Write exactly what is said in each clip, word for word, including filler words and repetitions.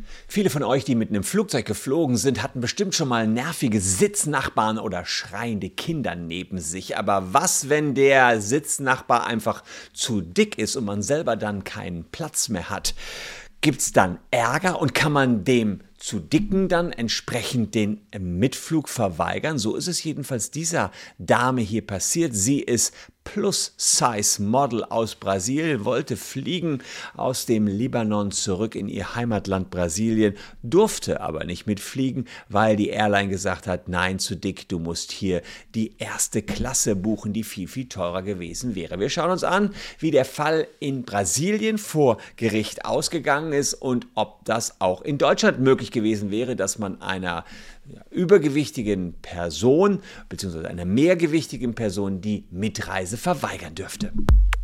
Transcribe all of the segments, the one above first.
Viele von euch, die mit einem Flugzeug geflogen sind, hatten bestimmt schon mal nervige Sitznachbarn oder schreiende Kinder neben sich. Aber was, wenn der Sitznachbar einfach zu dick ist und man selber dann keinen Platz mehr hat? Gibt's dann Ärger und kann man dem zu Dicken dann entsprechend den Mitflug verweigern? So ist es jedenfalls dieser Dame hier passiert. Sie ist Plus-Size-Model aus Brasilien, wollte fliegen aus dem Libanon zurück in ihr Heimatland Brasilien, durfte aber nicht mitfliegen, weil die Airline gesagt hat, nein, zu dick, du musst hier die erste Klasse buchen, die viel, viel teurer gewesen wäre. Wir schauen uns an, wie der Fall in Brasilien vor Gericht ausgegangen ist und ob das auch in Deutschland möglich gewesen wäre, dass man einer ja, übergewichtigen Person bzw. einer mehrgewichtigen Person die Mitreise verweigern dürfte.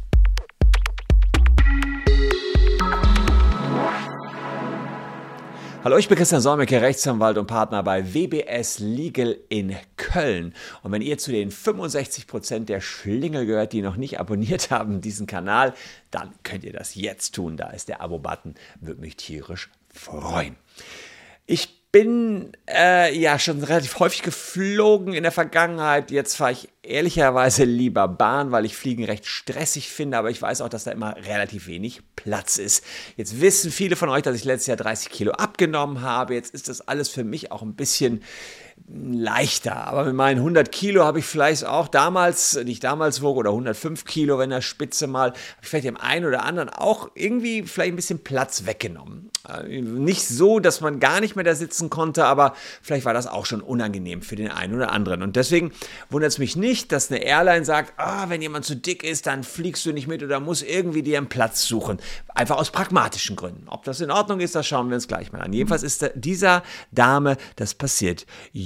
Hallo, ich bin Christian Solmecke, Rechtsanwalt und Partner bei W B S Legal in Köln. Und wenn ihr zu den fünfundsechzig Prozent der Schlingel gehört, die noch nicht abonniert haben, diesen Kanal, dann könnt ihr das jetzt tun. Da ist der Abo-Button, würde mich tierisch freuen. Ich bin äh, ja schon relativ häufig geflogen in der Vergangenheit. Jetzt fahre ich ehrlicherweise lieber Bahn, weil ich Fliegen recht stressig finde, aber ich weiß auch, dass da immer relativ wenig Platz ist. Jetzt wissen viele von euch, dass ich letztes Jahr dreißig Kilo abgenommen habe. Jetzt ist das alles für mich auch ein bisschen leichter, aber mit meinen hundert Kilo habe ich vielleicht auch damals, nicht damals wog, oder hundertfünf Kilo, wenn der Spitze mal, habe ich vielleicht dem einen oder anderen auch irgendwie vielleicht ein bisschen Platz weggenommen. Äh, nicht so, dass man gar nicht mehr da sitzen konnte, aber vielleicht war das auch schon unangenehm für den einen oder anderen. Und deswegen wundert es mich nicht, dass eine Airline sagt, ah, wenn jemand zu dick ist, dann fliegst du nicht mit oder musst irgendwie dir einen Platz suchen. Einfach aus pragmatischen Gründen. Ob das in Ordnung ist, das schauen wir uns gleich mal an. Jedenfalls ist dieser Dame das passiert.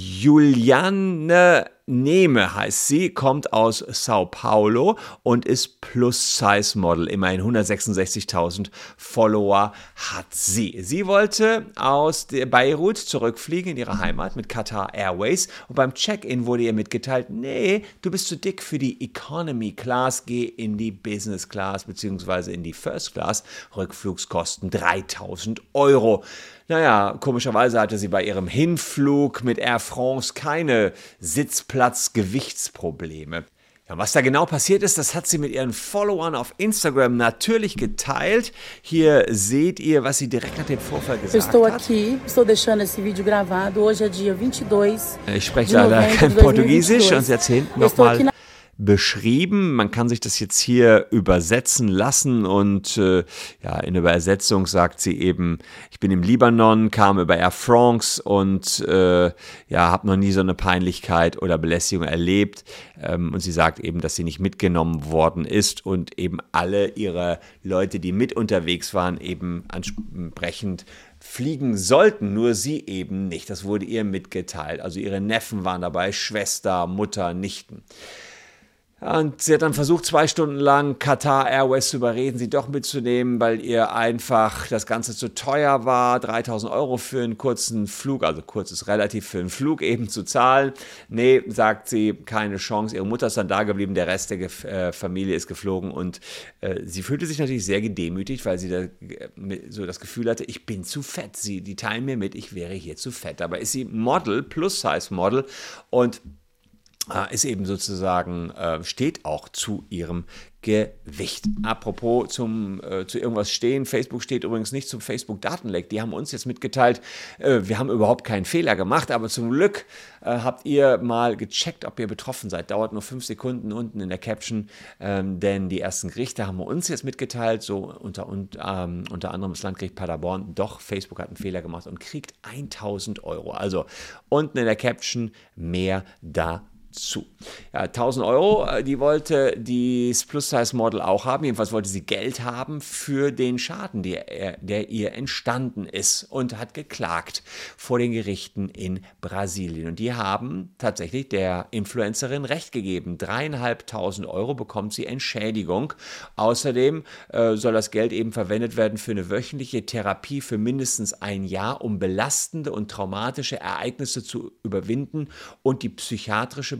Juliane Nehme heißt sie, kommt aus Sao Paulo und ist Plus-Size-Model. Immerhin hundertsechsundsechzigtausend Follower hat sie. Sie wollte aus Beirut zurückfliegen in ihre Heimat mit Qatar Airways und beim Check-in wurde ihr mitgeteilt, nee, du bist zu dick für die Economy Class, geh in die Business Class bzw. in die First Class. Rückflugskosten dreitausend Euro. Naja, komischerweise hatte sie bei ihrem Hinflug mit Air France keine Sitzplatz-Gewichtsprobleme. Ja, was da genau passiert ist, das hat sie mit ihren Followern auf Instagram natürlich geteilt. Hier seht ihr, was sie direkt nach dem Vorfall gesagt estou hat. Aqui, estou deixando esse vídeo gravado. Hoje é dia vinte e dois. Ich spreche leider kein Portugiesisch und sie hat hier hinten nochmal beschrieben. Man kann sich das jetzt hier übersetzen lassen und äh, ja, in der Übersetzung sagt sie eben, ich bin im Libanon, kam über Air France und äh, ja, habe noch nie so eine Peinlichkeit oder Belästigung erlebt. Ähm, und sie sagt eben, dass sie nicht mitgenommen worden ist und eben alle ihre Leute, die mit unterwegs waren, eben entsprechend fliegen sollten, nur sie eben nicht. Das wurde ihr mitgeteilt. Also ihre Neffen waren dabei, Schwester, Mutter, Nichten. Und sie hat dann versucht, zwei Stunden lang Qatar Airways zu überreden, sie doch mitzunehmen, weil ihr einfach das Ganze zu teuer war, dreitausend Euro für einen kurzen Flug, also kurz ist relativ für einen Flug eben zu zahlen. Nee, sagt sie, keine Chance. Ihre Mutter ist dann da geblieben, der Rest der Ge- äh, Familie ist geflogen und äh, sie fühlte sich natürlich sehr gedemütigt, weil sie da, äh, so das Gefühl hatte, ich bin zu fett. Sie, die teilen mir mit, ich wäre hier zu fett. Aber ist sie Model, Plus-Size-Model und ist eben sozusagen, äh, steht auch zu ihrem Gewicht. Apropos zum, äh, zu irgendwas stehen, Facebook steht übrigens nicht zum Facebook-Datenleck. Die haben uns jetzt mitgeteilt, äh, wir haben überhaupt keinen Fehler gemacht, aber zum Glück äh, habt ihr mal gecheckt, ob ihr betroffen seid. Dauert nur fünf Sekunden unten in der Caption, ähm, denn die ersten Gerichte haben uns jetzt mitgeteilt, so unter, und, ähm, unter anderem das Landgericht Paderborn, doch, Facebook hat einen Fehler gemacht und kriegt tausend Euro. Also unten in der Caption mehr da zu. Ja, tausend Euro, die wollte das Plus-Size-Model auch haben. Jedenfalls wollte sie Geld haben für den Schaden, der, der ihr entstanden ist und hat geklagt vor den Gerichten in Brasilien. Und die haben tatsächlich der Influencerin Recht gegeben. Dreieinhalbtausend Euro bekommt sie Entschädigung. Außerdem äh, soll das Geld eben verwendet werden für eine wöchentliche Therapie für mindestens ein Jahr, um belastende und traumatische Ereignisse zu überwinden und die psychiatrische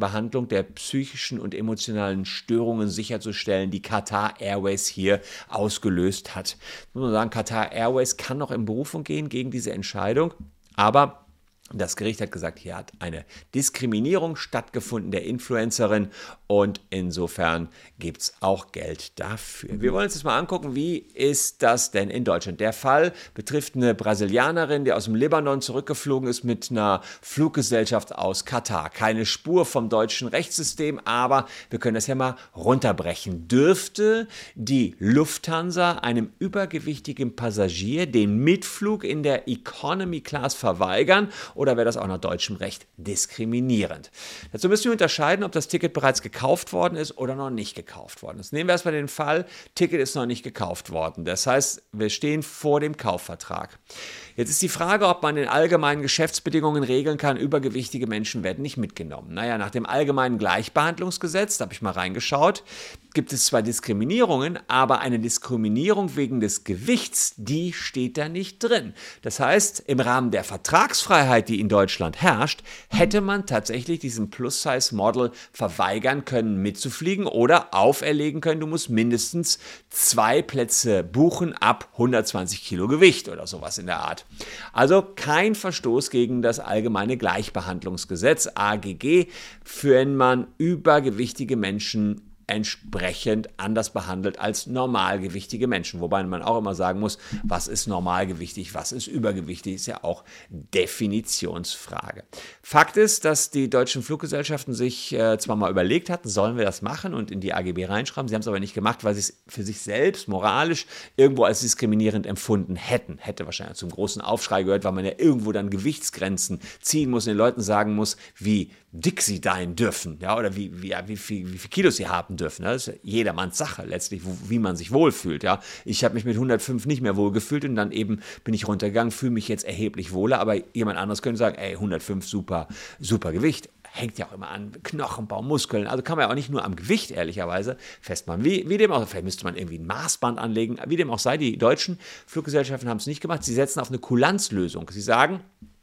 Behandlung der psychischen und emotionalen Störungen sicherzustellen, die Qatar Airways hier ausgelöst hat. Ich muss sagen, Qatar Airways kann noch in Berufung gehen gegen diese Entscheidung, aber das Gericht hat gesagt, hier hat eine Diskriminierung stattgefunden der Influencerin und insofern gibt es auch Geld dafür. Wir wollen uns jetzt mal angucken, wie ist das denn in Deutschland? Der Fall betrifft eine Brasilianerin, die aus dem Libanon zurückgeflogen ist mit einer Fluggesellschaft aus Katar. Keine Spur vom deutschen Rechtssystem, aber wir können das ja mal runterbrechen. Dürfte die Lufthansa einem übergewichtigen Passagier den Mitflug in der Economy Class verweigern? Oder wäre das auch nach deutschem Recht diskriminierend? Dazu müssen wir unterscheiden, ob das Ticket bereits gekauft worden ist oder noch nicht gekauft worden ist. Nehmen wir erstmal den Fall, Ticket ist noch nicht gekauft worden. Das heißt, wir stehen vor dem Kaufvertrag. Jetzt ist die Frage, ob man in allgemeinen Geschäftsbedingungen regeln kann, übergewichtige Menschen werden nicht mitgenommen. Naja, nach dem allgemeinen Gleichbehandlungsgesetz, da habe ich mal reingeschaut, gibt es zwar Diskriminierungen, aber eine Diskriminierung wegen des Gewichts, die steht da nicht drin. Das heißt, im Rahmen der Vertragsfreiheit, die in Deutschland herrscht, hätte man tatsächlich diesem Plus-Size-Model verweigern können, mitzufliegen oder auferlegen können, du musst mindestens zwei Plätze buchen ab hundertzwanzig Kilo Gewicht oder sowas in der Art. Also kein Verstoß gegen das allgemeine Gleichbehandlungsgesetz, A G G, wenn man übergewichtige Menschen entsprechend anders behandelt als normalgewichtige Menschen. Wobei man auch immer sagen muss, was ist normalgewichtig, was ist übergewichtig, ist ja auch Definitionsfrage. Fakt ist, dass die deutschen Fluggesellschaften sich äh, zwar mal überlegt hatten, sollen wir das machen und in die A G B reinschreiben, sie haben es aber nicht gemacht, weil sie es für sich selbst moralisch irgendwo als diskriminierend empfunden hätten. Hätte wahrscheinlich zum großen Aufschrei gehört, weil man ja irgendwo dann Gewichtsgrenzen ziehen muss und den Leuten sagen muss, wie dick sie sein dürfen, ja, oder wie, wie, ja, wie, viel, wie viel Kilos sie haben dürfen. Das ist ja jedermanns Sache letztlich, wo, wie man sich wohlfühlt. Ja. Ich habe mich mit hundertfünf nicht mehr wohlgefühlt und dann eben bin ich runtergegangen, fühle mich jetzt erheblich wohler, aber jemand anderes könnte sagen, ey, hundertfünf, super, super Gewicht. Hängt ja auch immer an Knochenbau, Muskeln, also kann man ja auch nicht nur am Gewicht ehrlicherweise festmachen. Wie, wie dem auch, vielleicht müsste man irgendwie ein Maßband anlegen, wie dem auch sei, die deutschen Fluggesellschaften haben es nicht gemacht, sie setzen auf eine Kulanzlösung. Sie sagen,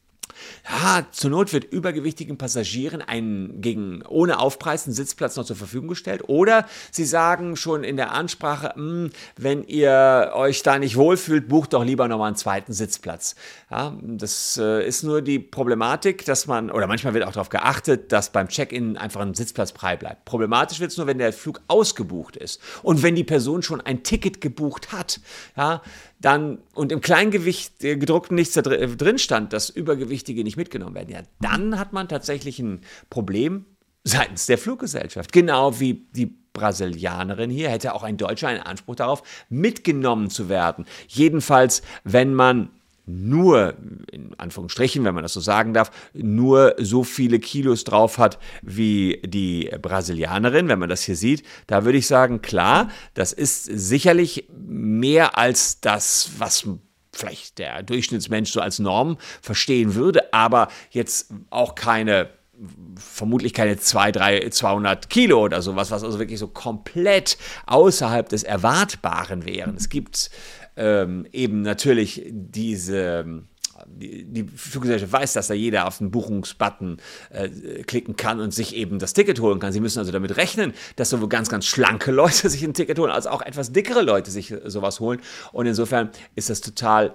ja, zur Not wird übergewichtigen Passagieren ein gegen ohne Aufpreis einen Sitzplatz noch zur Verfügung gestellt. Oder sie sagen schon in der Ansprache, wenn ihr euch da nicht wohlfühlt, bucht doch lieber nochmal einen zweiten Sitzplatz. Ja, das äh, ist nur die Problematik, dass man, oder manchmal wird auch darauf geachtet, dass beim Check-in einfach ein Sitzplatz frei bleibt. Problematisch wird es nur, wenn der Flug ausgebucht ist. Und wenn die Person schon ein Ticket gebucht hat, ja, dann und im Kleingewicht äh, gedruckten nichts da dr- drin stand, dass Übergewichtige nicht mitgenommen werden, ja, dann hat man tatsächlich ein Problem seitens der Fluggesellschaft. Genau wie die Brasilianerin hier hätte auch ein Deutscher einen Anspruch darauf, mitgenommen zu werden. Jedenfalls, wenn man nur, in Anführungsstrichen, wenn man das so sagen darf, nur so viele Kilos drauf hat wie die Brasilianerin, wenn man das hier sieht, da würde ich sagen, klar, das ist sicherlich mehr als das, was vielleicht der Durchschnittsmensch so als Norm verstehen würde, aber jetzt auch keine, vermutlich keine zweihundert, dreihundert, zweihundert Kilo oder sowas, was also wirklich so komplett außerhalb des Erwartbaren wären. Es gibt ähm, eben natürlich diese, die, die Fluggesellschaft weiß, dass da jeder auf den Buchungsbutton äh, klicken kann und sich eben das Ticket holen kann. Sie müssen also damit rechnen, dass sowohl ganz, ganz schlanke Leute sich ein Ticket holen, als auch etwas dickere Leute sich sowas holen. Und insofern ist das total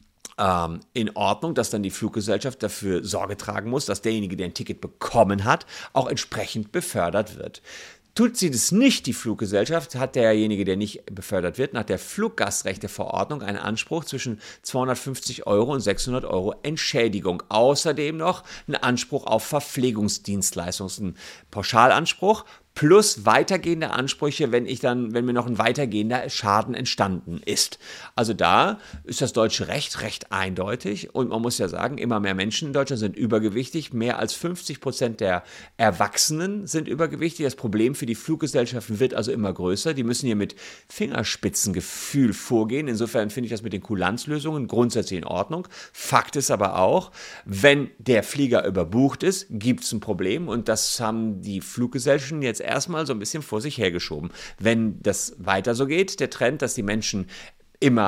ähm, in Ordnung, dass dann die Fluggesellschaft dafür Sorge tragen muss, dass derjenige, der ein Ticket bekommen hat, auch entsprechend befördert wird. Tut sie das nicht, die Fluggesellschaft, hat derjenige, der nicht befördert wird, nach der Fluggastrechteverordnung einen Anspruch zwischen zweihundertfünfzig Euro und sechshundert Euro Entschädigung. Außerdem noch einen Anspruch auf Verpflegungsdienstleistungen, einen Pauschalanspruch plus weitergehende Ansprüche, wenn ich dann, wenn mir noch ein weitergehender Schaden entstanden ist. Also da ist das deutsche Recht recht eindeutig und man muss ja sagen, immer mehr Menschen in Deutschland sind übergewichtig, mehr als fünfzig Prozent der Erwachsenen sind übergewichtig. Das Problem für die Fluggesellschaften wird also immer größer. Die müssen hier mit Fingerspitzengefühl vorgehen. Insofern finde ich das mit den Kulanzlösungen grundsätzlich in Ordnung. Fakt ist aber auch, wenn der Flieger überbucht ist, gibt es ein Problem und das haben die Fluggesellschaften jetzt erstmal so ein bisschen vor sich hergeschoben. Wenn das weiter so geht, der Trend, dass die Menschen immer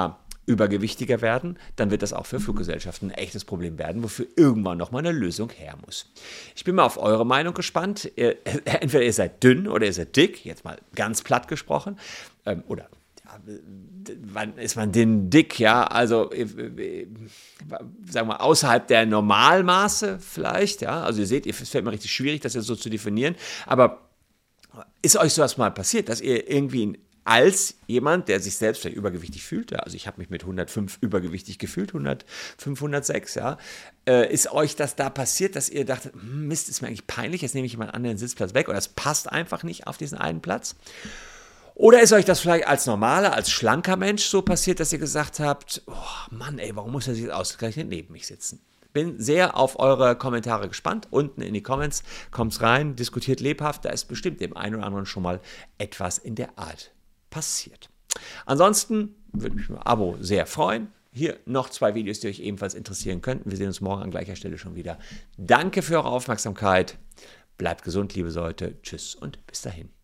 übergewichtiger werden, dann wird das auch für Fluggesellschaften ein echtes Problem werden, wofür irgendwann nochmal eine Lösung her muss. Ich bin mal auf eure Meinung gespannt. Ihr, entweder ihr seid dünn oder ihr seid dick, jetzt mal ganz platt gesprochen, ähm, oder wann ist man denn dick, ja, also sagen wir außerhalb der Normalmaße vielleicht, ja, also ihr seht, es fällt mir richtig schwierig, das jetzt so zu definieren, aber ist euch sowas mal passiert, dass ihr irgendwie als jemand, der sich selbst vielleicht übergewichtig fühlt, ja, also ich habe mich mit hundertfünf übergewichtig gefühlt, hundertfünf, hundertsechs, ja, äh, ist euch das da passiert, dass ihr dachtet, Mist, ist mir eigentlich peinlich, jetzt nehme ich jemand anderen den Sitzplatz weg oder es passt einfach nicht auf diesen einen Platz? Oder ist euch das vielleicht als normaler, als schlanker Mensch so passiert, dass ihr gesagt habt, oh Mann, ey, warum muss er sich jetzt ausgerechnet neben mich sitzen? Bin sehr auf eure Kommentare gespannt. Unten in die Comments kommt's rein, diskutiert lebhaft. Da ist bestimmt dem einen oder anderen schon mal etwas in der Art passiert. Ansonsten würde mich ein Abo sehr freuen. Hier noch zwei Videos, die euch ebenfalls interessieren könnten. Wir sehen uns morgen an gleicher Stelle schon wieder. Danke für eure Aufmerksamkeit. Bleibt gesund, liebe Leute. Tschüss und bis dahin.